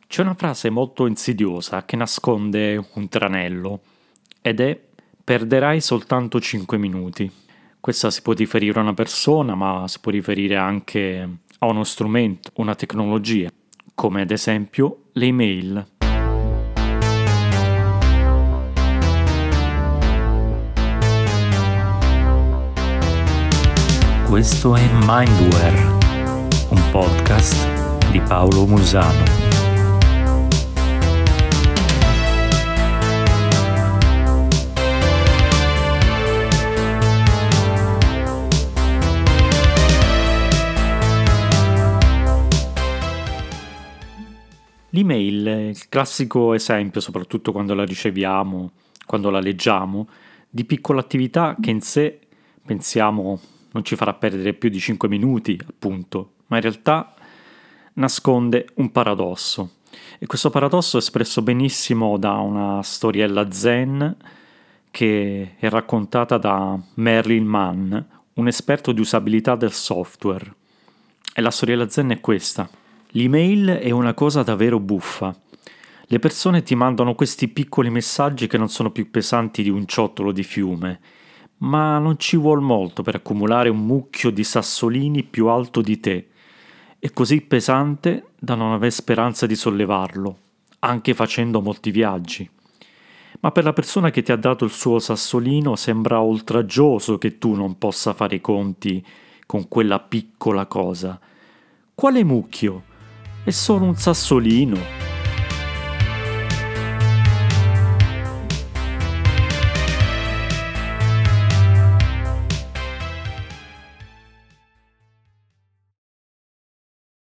C'è una frase molto insidiosa che nasconde un tranello ed è: perderai soltanto 5 minuti. Questa si può riferire a una persona, ma si può riferire anche a uno strumento, una tecnologia, come ad esempio le email. Questo è Mindware, un podcast di Paolo Musano. L'email è il classico esempio, soprattutto quando la riceviamo, quando la leggiamo, di piccola attività che in sé pensiamo non ci farà perdere più di 5 minuti, appunto, ma in realtà nasconde un paradosso. E questo paradosso è espresso benissimo da una storiella zen che è raccontata da Merlin Mann, un esperto di usabilità del software. E la storiella zen è questa: l'email è una cosa davvero buffa. Le persone ti mandano questi piccoli messaggi che non sono più pesanti di un ciottolo di fiume, ma non ci vuol molto per accumulare un mucchio di sassolini più alto di te. È così pesante da non aver speranza di sollevarlo, anche facendo molti viaggi. Ma per la persona che ti ha dato il suo sassolino sembra oltraggioso che tu non possa fare i conti con quella piccola cosa. Quale mucchio? È solo un sassolino.